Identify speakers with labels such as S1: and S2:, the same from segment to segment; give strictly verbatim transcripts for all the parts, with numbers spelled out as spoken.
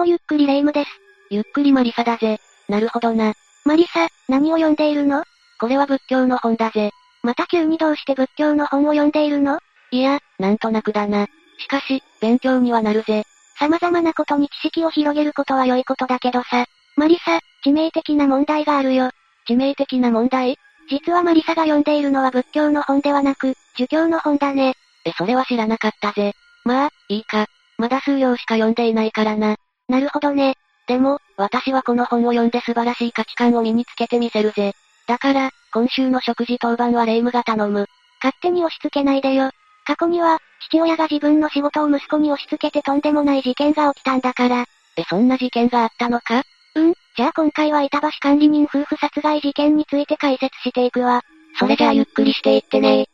S1: もゆっくりレ夢ムです。
S2: ゆっくりマリサだぜ。なるほどな。
S1: マリサ、何を読んでいるの？
S2: これは仏教の本だぜ。
S1: また急にどうして仏教の本を読んでいるの？
S2: いや、なんとなくだな。しかし、勉強にはなるぜ。
S1: 様々なことに知識を広げることは良いことだけどさ。マリサ、致命的な問題があるよ。
S2: 致命的な問題？
S1: 実はマリサが読んでいるのは仏教の本ではなく、儒教の本だね。
S2: え、それは知らなかったぜ。まあ、いいか。まだ数行しか読んでいないからな。
S1: なるほどね。
S2: でも、私はこの本を読んで素晴らしい価値観を身につけてみせるぜ。だから、今週の食事当番はレ夢ムが頼む。
S1: 勝手に押し付けないでよ。過去には、父親が自分の仕事を息子に押し付けてとんでもない事件が起きたんだから。
S2: え、そんな事件があったのか？
S1: うん、じゃあ今回は板橋管理人夫婦殺害事件について解説していくわ。
S2: それじゃあゆっくりしていってね。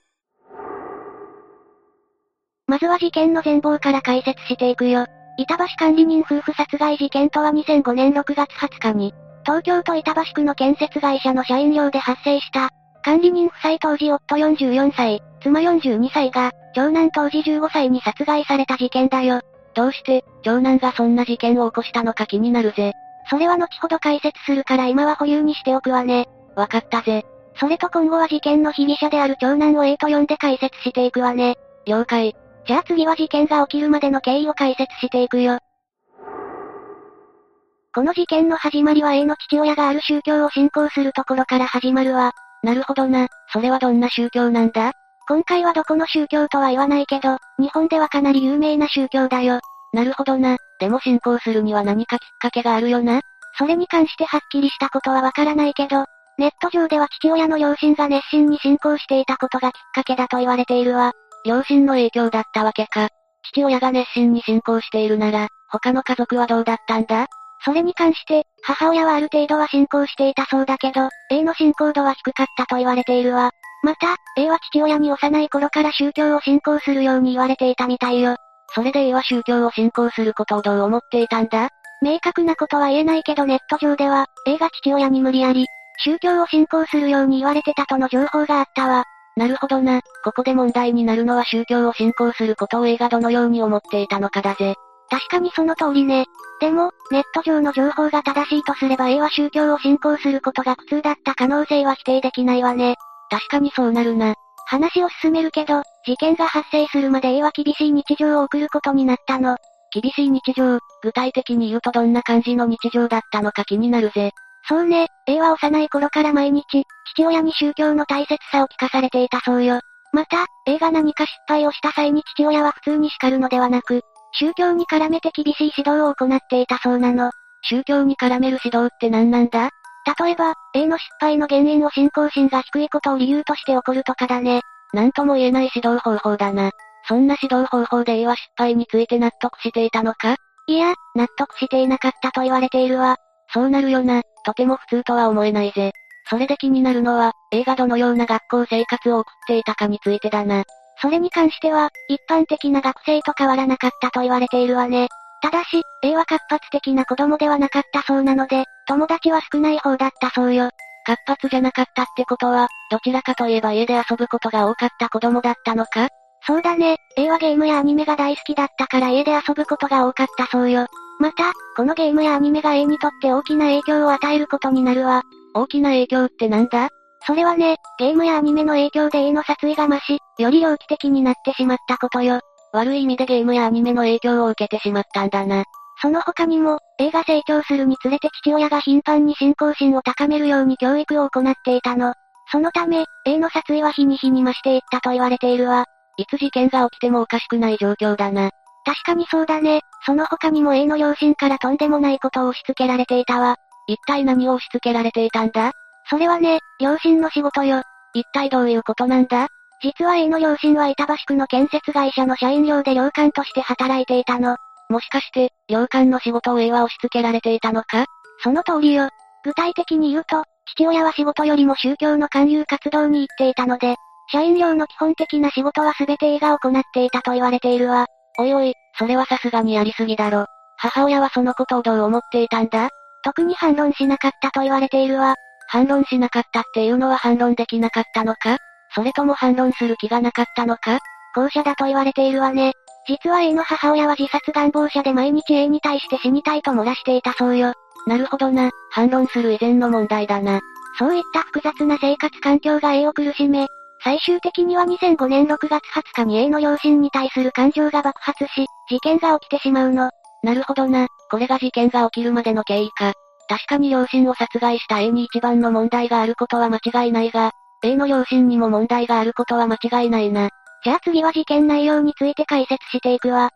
S1: まずは事件の全貌から解説していくよ。板橋管理人夫婦殺害事件とはにせんごねんろくがつはつかに、東京都板橋区の建設会社の社員寮で発生した、管理人夫妻当時夫よんじゅうよんさい、妻よんじゅうにさいが、長男当時じゅうごさいに殺害された事件だよ。
S2: どうして、長男がそんな事件を起こしたのか気になるぜ。
S1: それは後ほど解説するから今は保留にしておくわね。
S2: わかったぜ。
S1: それと今後は事件の被疑者である長男を A と呼んで解説していくわね。
S2: 了解。
S1: じゃあ次は事件が起きるまでの経緯を解説していくよ。この事件の始まりは A の父親がある宗教を信仰するところから始まるわ。
S2: なるほどな。それはどんな宗教なんだ？
S1: 今回はどこの宗教とは言わないけど、日本ではかなり有名な宗教だよ。
S2: なるほどな。でも信仰するには何かきっかけがあるよな。
S1: それに関してはっきりしたことはわからないけど、ネット上では父親の両親が熱心に信仰していたことがきっかけだと言われているわ。
S2: 両親の影響だったわけか。父親が熱心に信仰しているなら、他の家族はどうだったんだ？
S1: それに関して、母親はある程度は信仰していたそうだけど、A の信仰度は低かったと言われているわ。また、A は父親に幼い頃から宗教を信仰するように言われていたみたいよ。
S2: それで A は宗教を信仰することをどう思っていたんだ？
S1: 明確なことは言えないけどネット上では、A が父親に無理やり、宗教を信仰するように言われてたとの情報があったわ。
S2: なるほどな。ここで問題になるのは宗教を信仰することを A がどのように思っていたのかだぜ。
S1: 確かにその通りね。でも、ネット上の情報が正しいとすれば A は宗教を信仰することが苦痛だった可能性は否定できないわね。
S2: 確かにそうなるな。
S1: 話を進めるけど、事件が発生するまで A は厳しい日常を送ることになったの。
S2: 厳しい日常、具体的に言うとどんな感じの日常だったのか気になるぜ。
S1: そうね、A は幼い頃から毎日、父親に宗教の大切さを聞かされていたそうよ。また、A が何か失敗をした際に父親は普通に叱るのではなく、宗教に絡めて厳しい指導を行っていたそうなの。
S2: 宗教に絡める指導って何なんだ？
S1: 例えば、A の失敗の原因を信仰心が低いことを理由として起こるとかだね。
S2: なんとも言えない指導方法だな。そんな指導方法で A は失敗について納得していたのか？
S1: いや、納得していなかったと言われているわ。
S2: そうなるよな。とても普通とは思えないぜ。それで気になるのは、A がどのような学校生活を送っていたかについてだな。
S1: それに関しては、一般的な学生と変わらなかったと言われているわね。ただし、A は活発的な子供ではなかったそうなので、友達は少ない方だったそうよ。
S2: 活発じゃなかったってことは、どちらかといえば家で遊ぶことが多かった子供だったのか？
S1: そうだね、A はゲームやアニメが大好きだったから家で遊ぶことが多かったそうよ。また、このゲームやアニメが A にとって大きな影響を与えることになるわ。
S2: 大きな影響ってなんだ？
S1: それはね、ゲームやアニメの影響で A の殺意が増し、より猟奇的になってしまったことよ。
S2: 悪い意味でゲームやアニメの影響を受けてしまったんだな。
S1: その他にも、A が成長するにつれて父親が頻繁に信仰心を高めるように教育を行っていたの。そのため、A の殺意は日に日に増していったと言われているわ。
S2: いつ事件が起きてもおかしくない状況だな。
S1: 確かにそうだね。その他にも A の両親からとんでもないことを押し付けられていたわ。
S2: 一体何を押し付けられていたんだ？
S1: それはね、両親の仕事よ。
S2: 一体どういうことなんだ？
S1: 実は A の両親は板橋区の建設会社の社員寮で寮監として働いていたの。
S2: もしかして、寮監の仕事を A は押し付けられていたのか？
S1: その通りよ。具体的に言うと、父親は仕事よりも宗教の勧誘活動に行っていたので、社員寮の基本的な仕事は全て A が行っていたと言われているわ。
S2: おいおい、それはさすがにやりすぎだろ。母親はそのことをどう思っていたんだ？
S1: 特に反論しなかったと言われているわ。
S2: 反論しなかったっていうのは反論できなかったのか？それとも反論する気がなかったのか？
S1: 後者だと言われているわね。 実は A の母親は自殺願望者で毎日 A に対して死にたいと漏らしていたそうよ。
S2: なるほどな、反論する以前の問題だな。
S1: そういった複雑な生活環境が A を苦しめ、最終的にはにせんごねんろくがつはつかに A の両親に対する感情が爆発し、事件が起きてしまうの。
S2: なるほどな、これが事件が起きるまでの経緯か。確かに両親を殺害した A に一番の問題があることは間違いないが、A の両親にも問題があることは間違いないな。
S1: じゃあ次は事件内容について解説していくわ。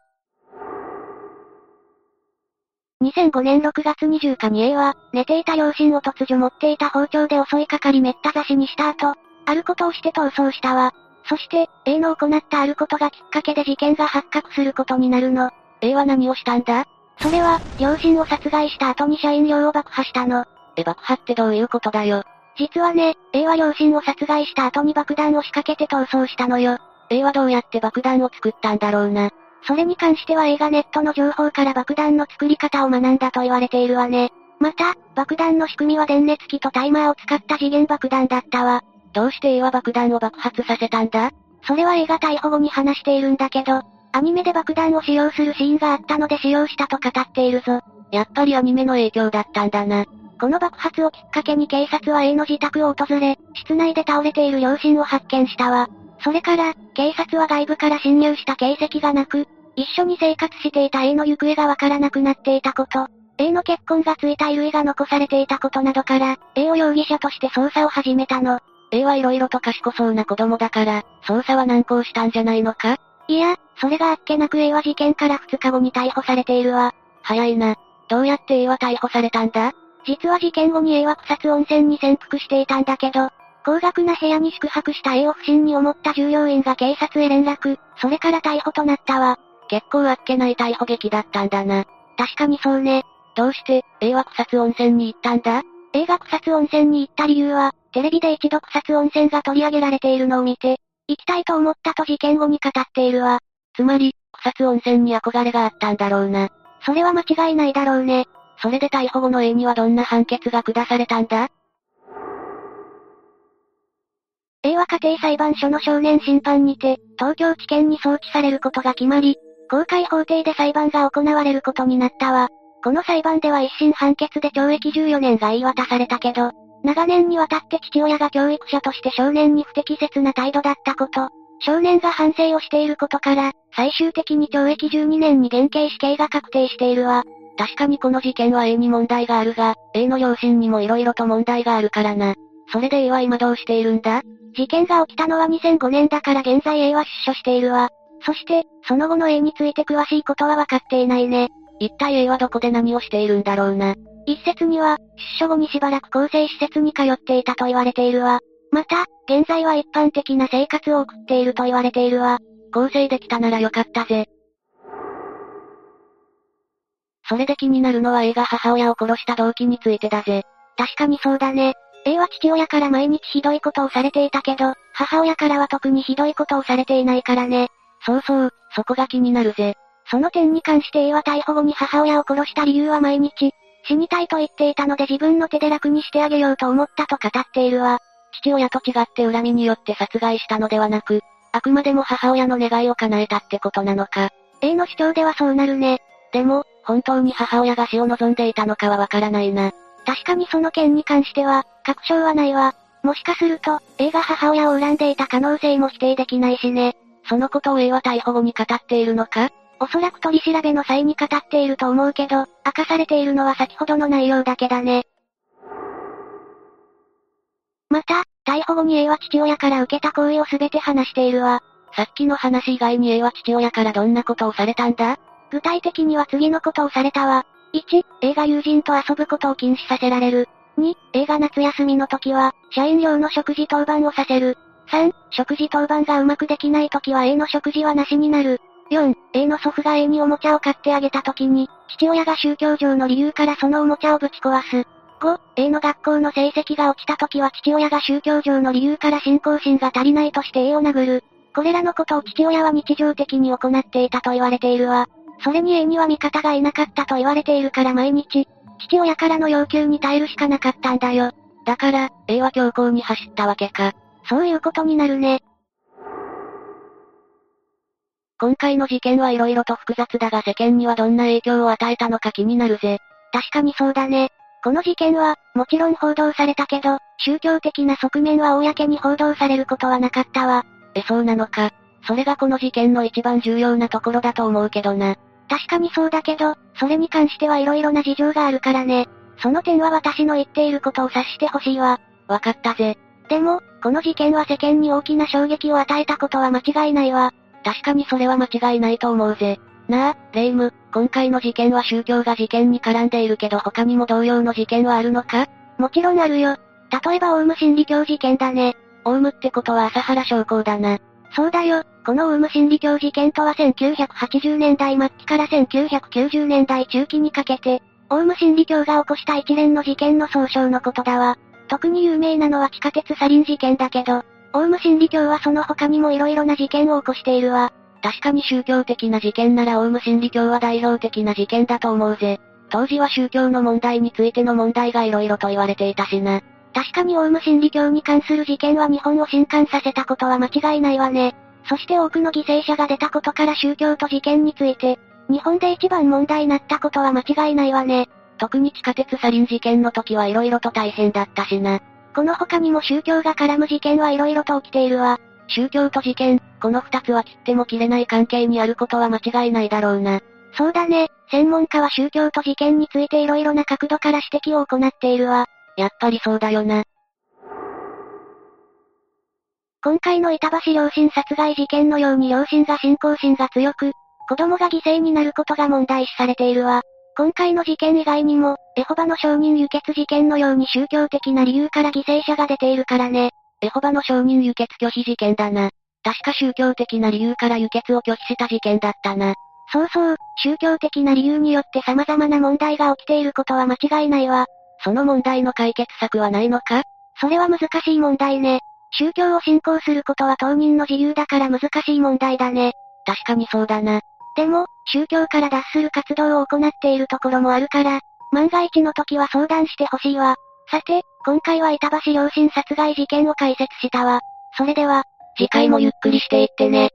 S1: にせんごねんろくがつにじゅうにちに A は、寝ていた両親を突如持っていた包丁で襲いかかりめった刺しにした後、あることをして逃走したわ。そして、A の行ったあることがきっかけで事件が発覚することになるの。
S2: A は何をしたんだ？
S1: それは、両親を殺害した後に社員寮を爆破したの。
S2: え、爆破ってどういうことだよ。
S1: 実はね、A は両親を殺害した後に爆弾を仕掛けて逃走したのよ。
S2: A はどうやって爆弾を作ったんだろうな。
S1: それに関しては A がネットの情報から爆弾の作り方を学んだと言われているわね。また、爆弾の仕組みは電熱器とタイマーを使った時限爆弾だったわ。
S2: どうして A は爆弾を爆発させたんだ？
S1: それは A が逮捕後に話しているんだけど、アニメで爆弾を使用するシーンがあったので使用したと語っているぞ。
S2: やっぱりアニメの影響だったんだな。
S1: この爆発をきっかけに警察は A の自宅を訪れ、室内で倒れている両親を発見したわ。それから、警察は外部から侵入した形跡がなく、一緒に生活していた A の行方がわからなくなっていたこと、A の血痕がついた衣類が残されていたことなどから、A を容疑者として捜査を始めたの。
S2: A は色々と賢そうな子供だから、捜査は難航したんじゃないのか？
S1: いや、それがあっけなく A は事件からふつかごに逮捕されているわ。
S2: 早いな。どうやって A は逮捕されたんだ？
S1: 実は事件後に A は草津温泉に潜伏していたんだけど、高額な部屋に宿泊した A を不審に思った従業員が警察へ連絡、それから逮捕となったわ。
S2: 結構あっけない逮捕劇だったんだな。
S1: 確かにそうね。
S2: どうして、A は草津温泉に行ったんだ？
S1: A が草津温泉に行った理由は、テレビで一度草津温泉が取り上げられているのを見て、行きたいと思ったと事件後に語っているわ。
S2: つまり、草津温泉に憧れがあったんだろうな。
S1: それは間違いないだろうね。
S2: それで逮捕後の A にはどんな判決が下されたんだ？
S1: A は家庭裁判所の少年審判にて、東京地検に送致されることが決まり、公開法廷で裁判が行われることになったわ。この裁判では一審判決で懲役じゅうよねんが言い渡されたけど、長年にわたって父親が教育者として少年に不適切な態度だったこと、少年が反省をしていることから、最終的に懲役じゅうにねんに減刑死刑が確定しているわ。
S2: 確かにこの事件は A に問題があるが、A の両親にも色々と問題があるからな。それで A は今どうしているんだ？
S1: 事件が起きたのはにせんごねんだから現在 A は出所しているわ。そして、その後の A について詳しいことは分かっていないね。
S2: 一体 A はどこで何をしているんだろうな。
S1: 一説には、出所後にしばらく更生施設に通っていたと言われているわ。また、現在は一般的な生活を送っていると言われているわ。
S2: 更生できたならよかったぜ。それで気になるのは A が母親を殺した動機についてだぜ。
S1: 確かにそうだね。A は父親から毎日ひどいことをされていたけど、母親からは特にひどいことをされていないからね。
S2: そうそう、そこが気になるぜ。
S1: その点に関して A は逮捕後に母親を殺した理由は毎日、死にたいと言っていたので自分の手で楽にしてあげようと思ったと語っているわ。
S2: 父親と違って恨みによって殺害したのではなく、あくまでも母親の願いを叶えたってことなのか。
S1: A の主張ではそうなるね。
S2: でも、本当に母親が死を望んでいたのかはわからないな。
S1: 確かにその件に関しては、確証はないわ。もしかすると、A が母親を恨んでいた可能性も否定できないしね。
S2: そのことを A は逮捕後に語っているのか？
S1: おそらく取り調べの際に語っていると思うけど、明かされているのは先ほどの内容だけだね。また、逮捕後に A は父親から受けた行為をすべて話しているわ。
S2: さっきの話以外に A は父親からどんなことをされたんだ？
S1: 具体的には次のことをされたわ。いち、A が友人と遊ぶことを禁止させられる。に、A が夏休みの時は、社員寮の食事当番をさせる。さん、食事当番がうまくできない時は A の食事はなしになる。よん、A の祖父が A におもちゃを買ってあげた時に、父親が宗教上の理由からそのおもちゃをぶち壊す。ご、A の学校の成績が落ちた時は父親が宗教上の理由から信仰心が足りないとして A を殴る。これらのことを父親は日常的に行っていたと言われているわ。それに A には味方がいなかったと言われているから毎日、父親からの要求に耐えるしかなかったんだよ。
S2: だから、A は強行に走ったわけか。
S1: そういうことになるね。
S2: 今回の事件は色々と複雑だが世間にはどんな影響を与えたのか気になるぜ。
S1: 確かにそうだね。この事件は、もちろん報道されたけど、宗教的な側面は公に報道されることはなかったわ。
S2: え、そうなのか。それがこの事件の一番重要なところだと思うけどな。
S1: 確かにそうだけど、それに関しては色々な事情があるからね。その点は私の言っていることを察してほしいわ。
S2: わかったぜ。
S1: でも、この事件は世間に大きな衝撃を与えたことは間違いないわ。
S2: 確かにそれは間違いないと思うぜ。なあ、レイム、今回の事件は宗教が事件に絡んでいるけど他にも同様の事件はあるのか？
S1: もちろんあるよ。例えばオウム真理教事件だね。
S2: オウムってことは朝原将校だな。
S1: そうだよ。このオウム真理教事件とはせんきゅうひゃくはちじゅうねんだい末期からせんきゅうひゃくきゅうじゅうねんだい中期にかけて、オウム真理教が起こした一連の事件の総称のことだわ。特に有名なのは地下鉄サリン事件だけど、オウム真理教はその他にも色々な事件を起こしているわ。
S2: 確かに宗教的な事件ならオウム真理教は代表的な事件だと思うぜ。当時は宗教の問題についての問題が色々と言われていたしな。
S1: 確かにオウム真理教に関する事件は日本を震撼させたことは間違いないわね。そして多くの犠牲者が出たことから宗教と事件について、日本で一番問題になったことは間違いないわね。
S2: 特に地下鉄サリン事件の時は色々と大変だったしな。
S1: この他にも宗教が絡む事件は色々と起きているわ。
S2: 宗教と事件、この二つは切っても切れない関係にあることは間違いないだろうな。
S1: そうだね。専門家は宗教と事件について色々な角度から指摘を行っているわ。
S2: やっぱりそうだよな。
S1: 今回の板橋両親殺害事件のように両親が信仰心が強く、子供が犠牲になることが問題視されているわ。今回の事件以外にも、エホバの証人輸血事件のように宗教的な理由から犠牲者が出ているからね。
S2: エホバの証人輸血拒否事件だな。確か宗教的な理由から輸血を拒否した事件だったな。
S1: そうそう、宗教的な理由によって様々な問題が起きていることは間違いないわ。
S2: その問題の解決策はないのか？
S1: それは難しい問題ね。宗教を信仰することは当人の自由だから難しい問題だね。
S2: 確かにそうだな。
S1: でも、宗教から脱する活動を行っているところもあるから、万が一の時は相談してほしいわ。さて、今回は板橋両親殺害事件を解説したわ。それでは、
S2: 次回もゆっくりしていってね。